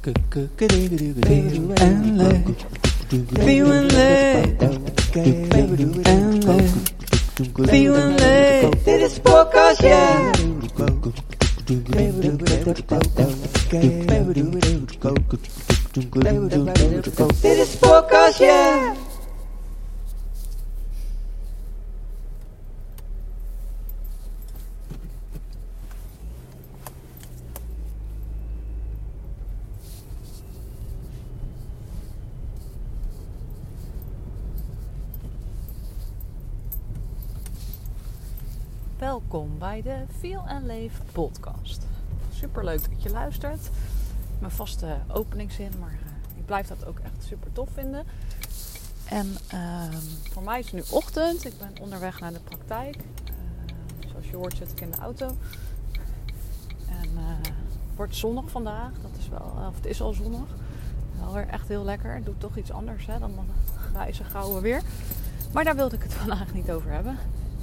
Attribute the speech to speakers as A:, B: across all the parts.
A: Dit is podcast, yeah. Dit is podcast, yeah.
B: Welkom bij de Feel & Leef podcast. Superleuk dat je luistert. Mijn vaste openingszin, maar ik blijf dat ook echt super tof vinden. En voor mij is het nu ochtend. Ik ben onderweg naar de praktijk. Zoals je hoort zit ik in de auto. En het wordt zonnig vandaag. Het is al zonnig. Wel weer echt heel lekker. Het doet toch iets anders dan dat grijze gouden weer. Maar daar wilde ik het vandaag niet over hebben.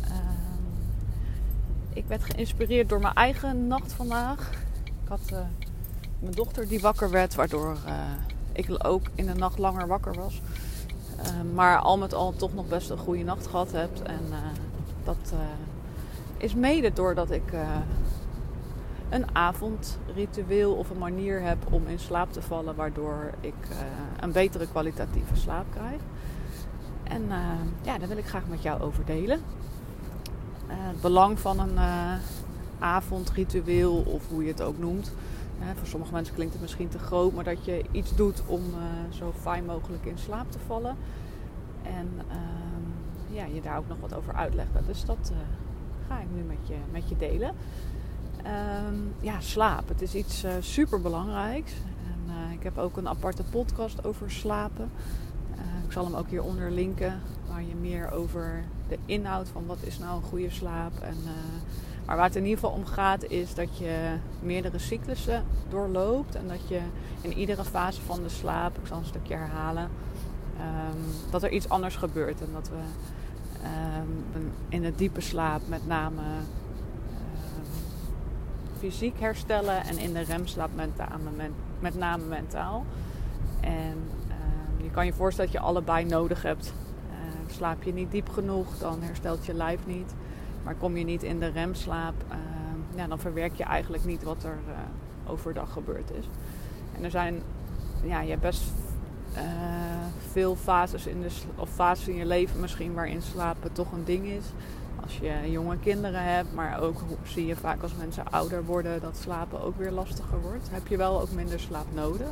B: Ik werd geïnspireerd door mijn eigen nacht vandaag. Ik had mijn dochter die wakker werd, waardoor ik ook in de nacht langer wakker was. Maar al met al toch nog best een goede nacht gehad heb. En dat is mede doordat ik een avondritueel of een manier heb om in slaap te vallen. Waardoor ik een betere kwalitatieve slaap krijg. En daar wil ik graag met jou over delen. Het belang van een avondritueel, of hoe je het ook noemt. Voor sommige mensen klinkt het misschien te groot, maar dat je iets doet om zo fijn mogelijk in slaap te vallen. En je daar ook nog wat over uitleggen. Dus dat ga ik nu met je delen. Slaap. Het is iets super belangrijks. En ik heb ook een aparte podcast over slapen. Ik zal hem ook hieronder linken, waar je meer over de inhoud van wat is nou een goede slaap. Maar waar het in ieder geval om gaat is dat je meerdere cyclussen doorloopt. En dat je in iedere fase van de slaap, ik zal een stukje herhalen, dat er iets anders gebeurt. En dat we in de diepe slaap met name fysiek herstellen. En in de remslaap met name mentaal. En je kan je voorstellen dat je allebei nodig hebt. Slaap je niet diep genoeg, dan herstelt je lijf niet. Maar kom je niet in de remslaap, dan verwerk je eigenlijk niet wat er overdag gebeurd is. En je hebt best veel fases fases in je leven misschien waarin slapen toch een ding is. Als je jonge kinderen hebt, maar ook zie je vaak als mensen ouder worden dat slapen ook weer lastiger wordt. Heb je wel ook minder slaap nodig.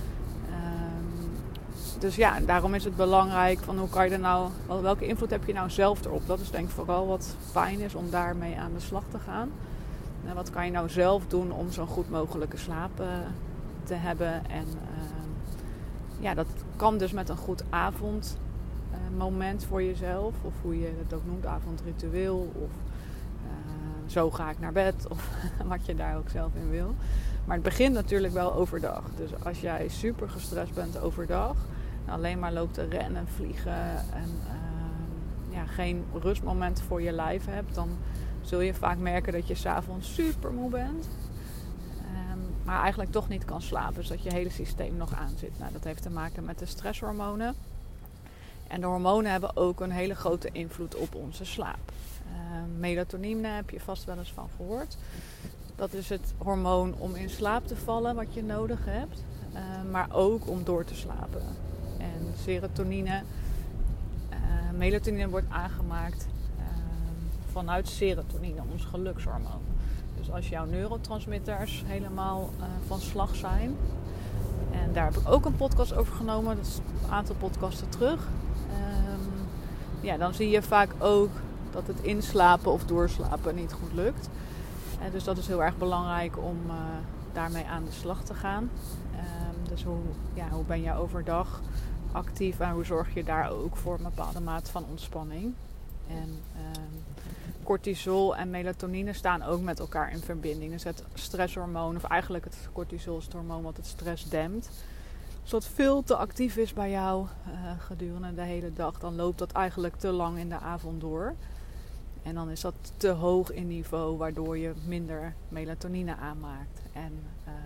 B: Dus daarom is het belangrijk van hoe kan je er nou, welke invloed heb je nou zelf erop? Dat is denk ik vooral wat fijn is om daarmee aan de slag te gaan. En wat kan je nou zelf doen om zo'n goed mogelijke slaap te hebben? En dat kan dus met een goed avondmoment voor jezelf. Of hoe je het ook noemt, avondritueel. Of zo ga ik naar bed. Of wat je daar ook zelf in wil. Maar het begint natuurlijk wel overdag. Dus als jij super gestrest bent overdag, alleen maar loopt te rennen en vliegen en geen rustmoment voor je lijf hebt, dan zul je vaak merken dat je 's avonds super moe bent. Maar eigenlijk toch niet kan slapen. Dus dat je hele systeem nog aan zit. Nou, dat heeft te maken met de stresshormonen. En de hormonen hebben ook een hele grote invloed op onze slaap. Melatonine heb je vast wel eens van gehoord. Dat is het hormoon om in slaap te vallen wat je nodig hebt. Maar ook om door te slapen. En serotonine, melatonine wordt aangemaakt vanuit serotonine, ons gelukshormoon. Dus als jouw neurotransmitters helemaal van slag zijn. En daar heb ik ook een podcast over genomen. Dat is een aantal podcasten terug. Dan zie je vaak ook dat het inslapen of doorslapen niet goed lukt. Dus dat is heel erg belangrijk om daarmee aan de slag te gaan. Dus hoe ben je overdag actief en hoe zorg je daar ook voor een bepaalde mate van ontspanning. En cortisol en melatonine staan ook met elkaar in verbinding. Dus het stresshormoon, of eigenlijk het cortisol is het hormoon wat het stress dempt. Als dat veel te actief is bij jou gedurende de hele dag, dan loopt dat eigenlijk te lang in de avond door. En dan is dat te hoog in niveau, waardoor je minder melatonine aanmaakt. En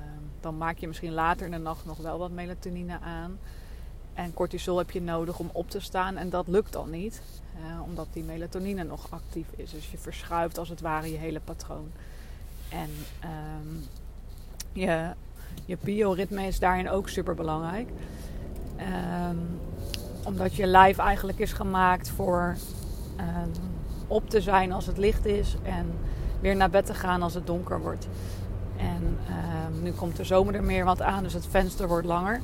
B: dan maak je misschien later in de nacht nog wel wat melatonine aan. En cortisol heb je nodig om op te staan. En dat lukt dan niet. Omdat die melatonine nog actief is. Dus je verschuift als het ware je hele patroon. En je bioritme is daarin ook super belangrijk. Omdat je lijf eigenlijk is gemaakt voor op te zijn als het licht is. En weer naar bed te gaan als het donker wordt. En nu komt de zomer er meer wat aan. Dus het venster wordt langer.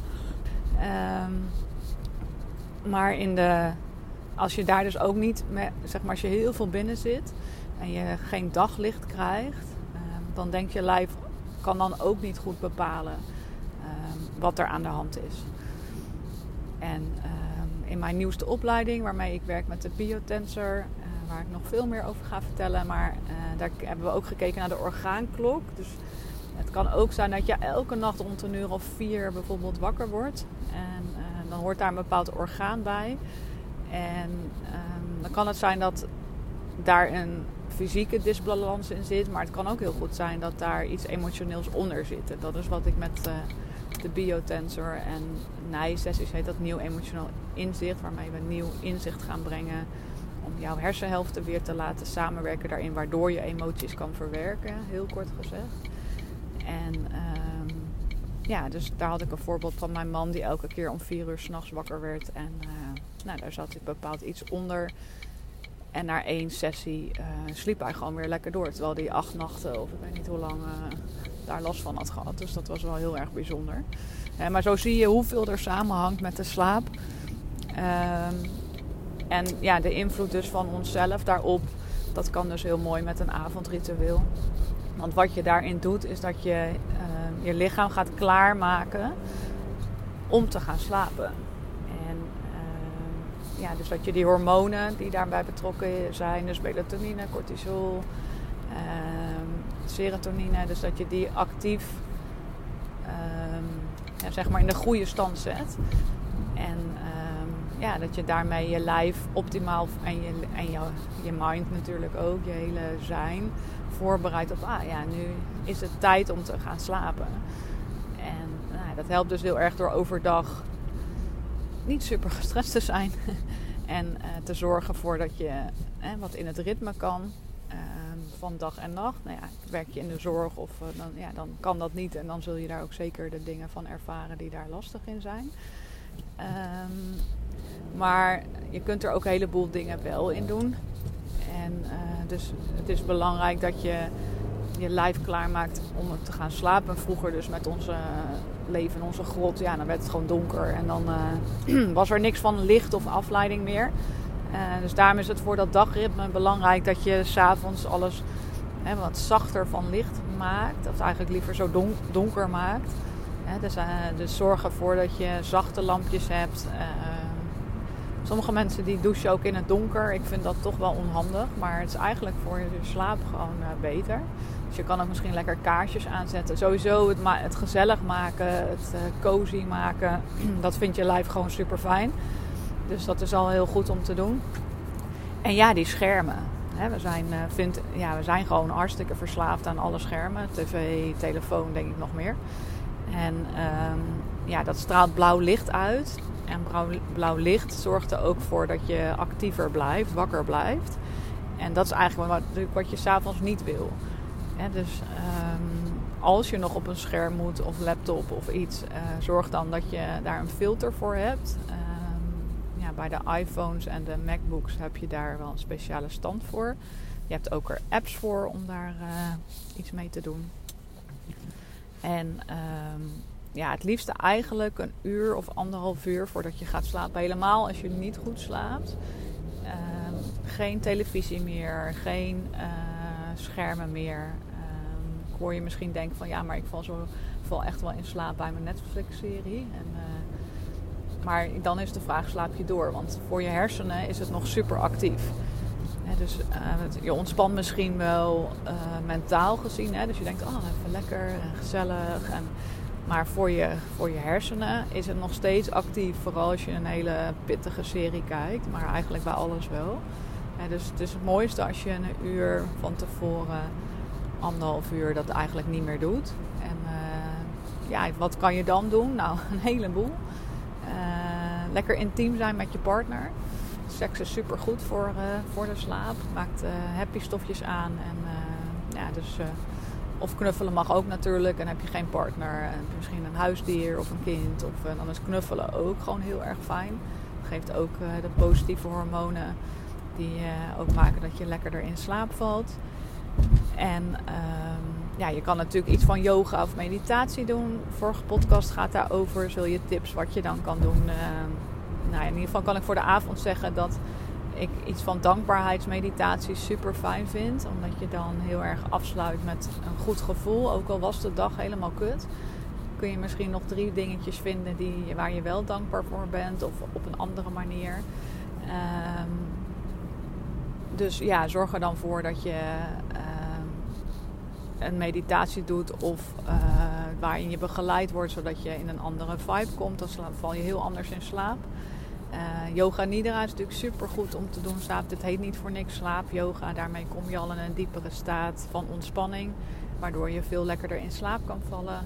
B: Maar als je daar dus ook niet, zeg maar als je heel veel binnen zit en je geen daglicht krijgt, dan denkt je lijf kan dan ook niet goed bepalen wat er aan de hand is. En in mijn nieuwste opleiding, waarmee ik werk met de Biotensor, waar ik nog veel meer over ga vertellen, maar daar hebben we ook gekeken naar de orgaanklok. Dus het kan ook zijn dat je elke nacht rond 1:04 bijvoorbeeld wakker wordt. En dan hoort daar een bepaald orgaan bij. En dan kan het zijn dat daar een fysieke disbalans in zit. Maar het kan ook heel goed zijn dat daar iets emotioneels onder zit. En dat is wat ik met de Biotensor en NIJ-sessies heet dat, nieuw emotioneel inzicht. Waarmee we nieuw inzicht gaan brengen om jouw hersenhelften weer te laten samenwerken daarin. Waardoor je emoties kan verwerken, heel kort gezegd. En dus daar had ik een voorbeeld van mijn man die elke keer om 4 uur 's nachts wakker werd. En daar zat bepaald iets onder. En na 1 sessie sliep hij gewoon weer lekker door. Terwijl hij 8 nachten, of ik weet niet hoe lang, daar last van had gehad. Dus dat was wel heel erg bijzonder. Maar zo zie je hoeveel er samenhangt met de slaap. En ja, de invloed dus van onszelf daarop, dat kan dus heel mooi met een avondritueel. Want wat je daarin doet, is dat je je lichaam gaat klaarmaken om te gaan slapen. En dus dat je die hormonen die daarbij betrokken zijn, dus melatonine, cortisol, serotonine, dus dat je die actief zeg maar in de goede stand zet. En dat je daarmee je lijf optimaal en je mind natuurlijk ook, je hele zijn, voorbereidt op, nu is het tijd om te gaan slapen. En dat helpt dus heel erg door overdag niet super gestrest te zijn. En te zorgen voor dat je wat in het ritme kan van dag en nacht. Werk je in de zorg of dan kan dat niet. En dan zul je daar ook zeker de dingen van ervaren die daar lastig in zijn. Maar je kunt er ook een heleboel dingen wel in doen. En dus het is belangrijk dat je je lijf klaarmaakt om te gaan slapen. Vroeger dus met onze leven in onze grot, dan werd het gewoon donker. En dan was er niks van licht of afleiding meer. Dus daarom is het voor dat dagritme belangrijk dat je 's avonds alles wat zachter van licht maakt. Of eigenlijk liever zo donker maakt. Dus zorg ervoor dat je zachte lampjes hebt. Sommige mensen die douchen ook in het donker. Ik vind dat toch wel onhandig. Maar het is eigenlijk voor je slaap gewoon beter. Dus je kan ook misschien lekker kaarsjes aanzetten. Sowieso het gezellig maken, het cozy maken. Dat vindt je lijf gewoon super fijn. Dus dat is al heel goed om te doen. En die schermen. We zijn gewoon hartstikke verslaafd aan alle schermen. TV, telefoon, denk ik nog meer. En dat straalt blauw licht uit. En blauw licht zorgt er ook voor dat je actiever blijft, wakker blijft. En dat is eigenlijk wat je 's avonds niet wil. Dus als je nog op een scherm moet of laptop of iets, zorg dan dat je daar een filter voor hebt. Bij de iPhones en de MacBooks heb je daar wel een speciale stand voor. Je hebt ook er apps voor om daar iets mee te doen. En het liefste eigenlijk 1 uur of 1,5 uur voordat je gaat slapen. Helemaal als je niet goed slaapt. Geen televisie meer, geen schermen meer. Ik hoor je misschien denken van maar ik val echt wel in slaap bij mijn Netflix-serie. Maar dan is de vraag, slaap je door? Want voor je hersenen is het nog super actief. Dus je ontspant misschien wel mentaal gezien. Dus je denkt, even lekker en gezellig. Maar voor je hersenen is het nog steeds actief. Vooral als je een hele pittige serie kijkt. Maar eigenlijk bij alles wel. Dus het is het mooiste als je 1 uur van tevoren, 1,5 uur, dat eigenlijk niet meer doet. En wat kan je dan doen? Nou, een heleboel. Lekker intiem zijn met je partner. Seks is super goed voor de slaap. Maakt happy stofjes aan. Of knuffelen mag ook natuurlijk. En heb je geen partner, misschien een huisdier of een kind. Dan is knuffelen ook gewoon heel erg fijn. Geeft ook de positieve hormonen die ook maken dat je lekkerder in slaap valt. En je kan natuurlijk iets van yoga of meditatie doen. Vorige podcast gaat daarover. Zul je tips wat je dan kan doen. In ieder geval kan ik voor de avond zeggen dat ik iets van dankbaarheidsmeditatie super fijn vind. Omdat je dan heel erg afsluit met een goed gevoel. Ook al was de dag helemaal kut. Kun je misschien nog 3 dingetjes vinden waar je wel dankbaar voor bent. Of op een andere manier. Dus zorg er dan voor dat je een meditatie doet. Of waarin je begeleid wordt. Zodat je in een andere vibe komt. Dan val je heel anders in slaap. Yoga Nidra is natuurlijk super goed om te doen. Dit heet niet voor niks slaapyoga. Daarmee kom je al in een diepere staat van ontspanning. Waardoor je veel lekkerder in slaap kan vallen.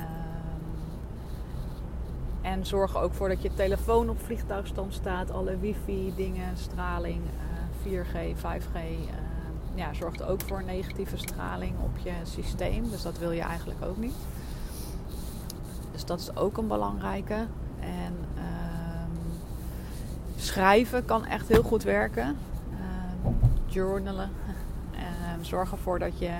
B: En zorg er ook voor dat je telefoon op vliegtuigstand staat. Alle wifi dingen, straling, 4G, 5G. Zorgt er ook voor negatieve straling op je systeem. Dus dat wil je eigenlijk ook niet. Dus dat is ook een belangrijke. En schrijven kan echt heel goed werken. Journalen. Zorg ervoor dat je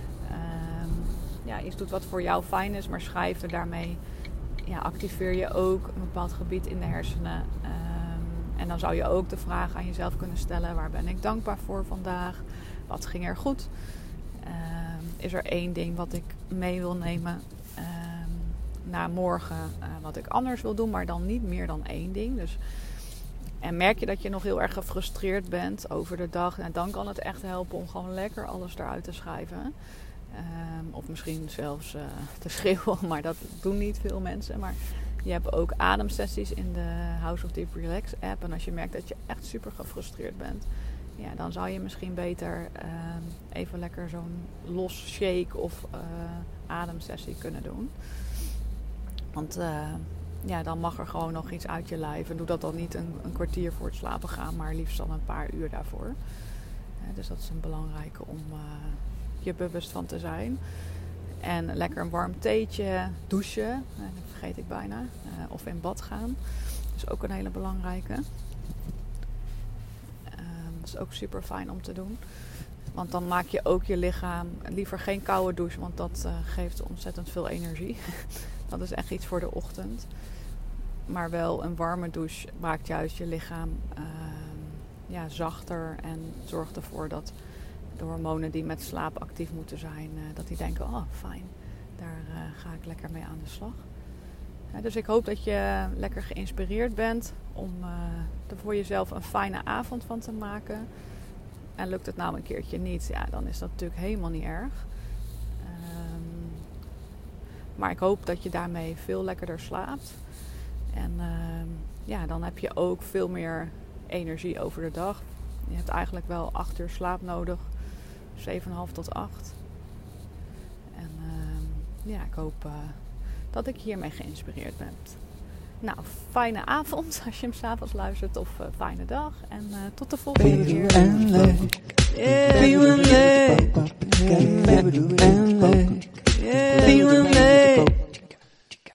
B: iets doet wat voor jou fijn is. Maar schrijven daarmee activeer je ook een bepaald gebied in de hersenen. En dan zou je ook de vraag aan jezelf kunnen stellen. Waar ben ik dankbaar voor vandaag? Wat ging er goed? Is er 1 ding wat ik mee wil nemen naar morgen? Wat ik anders wil doen, maar dan niet meer dan 1 ding. En merk je dat je nog heel erg gefrustreerd bent over de dag. Dan kan het echt helpen om gewoon lekker alles eruit te schrijven. Of misschien zelfs te schreeuwen. Maar dat doen niet veel mensen. Maar je hebt ook ademsessies in de House of Deep Relax app. En als je merkt dat je echt super gefrustreerd bent. Dan zou je misschien beter even lekker zo'n los shake of ademsessie kunnen doen. Want dan mag er gewoon nog iets uit je lijf. En doe dat dan niet een kwartier voor het slapen gaan, maar liefst dan een paar uur daarvoor. Dus dat is een belangrijke om je bewust van te zijn. En lekker een warm theetje, douchen, dat vergeet ik bijna. Of in bad gaan. Dat is ook een hele belangrijke. Dat is ook super fijn om te doen. Want dan maak je ook je lichaam liever geen koude douche, want dat geeft ontzettend veel energie. Dat is echt iets voor de ochtend. Maar wel een warme douche maakt juist je lichaam zachter. En zorgt ervoor dat de hormonen die met slaap actief moeten zijn, dat die denken, oh fijn, daar ga ik lekker mee aan de slag. Dus ik hoop dat je lekker geïnspireerd bent om er voor jezelf een fijne avond van te maken. En lukt het nou een keertje niet, dan is dat natuurlijk helemaal niet erg. Maar ik hoop dat je daarmee veel lekkerder slaapt. En dan heb je ook veel meer energie over de dag. Je hebt eigenlijk wel 8 uur slaap nodig. 7,5 tot 8. En ik hoop dat ik hiermee geïnspireerd ben. Nou, fijne avond als je hem 's avonds luistert. Of fijne dag. En tot de volgende keer.
A: Feeling late.